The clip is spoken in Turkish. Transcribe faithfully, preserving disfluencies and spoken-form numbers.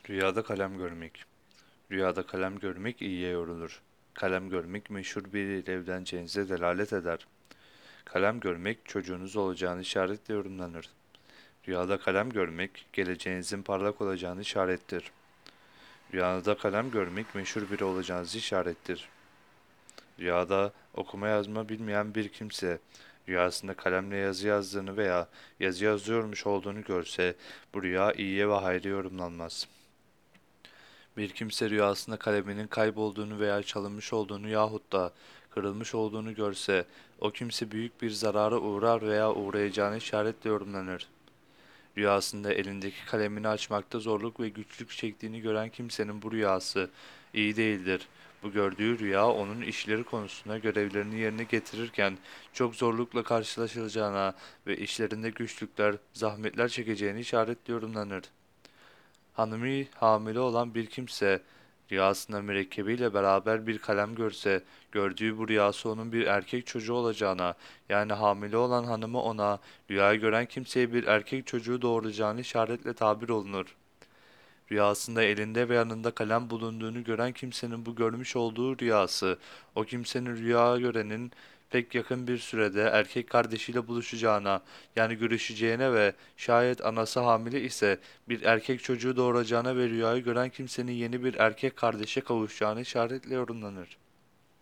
Rüyada kalem görmek. Rüyada kalem görmek iyiye yorulur. Kalem görmek meşhur biriyle evleneceğinize delalet eder. Kalem görmek çocuğunuz olacağını işaretle yorumlanır. Rüyada kalem görmek geleceğinizin parlak olacağını işarettir. Rüyada kalem görmek meşhur biri olacağınızı işarettir. Rüyada okuma yazma bilmeyen bir kimse rüyasında kalemle yazı yazdığını veya yazı yazıyormuş olduğunu görse bu rüya iyiye ve hayra yorumlanmaz. Bir kimse rüyasında kaleminin kaybolduğunu veya çalınmış olduğunu yahut da kırılmış olduğunu görse, o kimse büyük bir zarara uğrar veya uğrayacağını işaretle yorumlanır. Rüyasında elindeki kalemini açmakta zorluk ve güçlük çektiğini gören kimsenin bu rüyası iyi değildir. Bu gördüğü rüya onun işleri konusunda görevlerini yerine getirirken çok zorlukla karşılaşılacağına ve işlerinde güçlükler, zahmetler çekeceğini işaretle yorumlanır. Hanımı hamile olan bir kimse rüyasında mürekkebiyle beraber bir kalem görse, gördüğü bu rüyası onun bir erkek çocuğu olacağına, yani hamile olan hanımı ona, rüyayı gören kimseye bir erkek çocuğu doğuracağını işaretle tabir olunur. Rüyasında elinde ve yanında kalem bulunduğunu gören kimsenin bu görmüş olduğu rüyası, o kimsenin rüya görenin pek yakın bir sürede erkek kardeşiyle buluşacağına, yani görüşeceğine ve şayet anası hamile ise bir erkek çocuğu doğuracağına ve rüyayı gören kimsenin yeni bir erkek kardeşe kavuşacağını işaretle yorumlanır.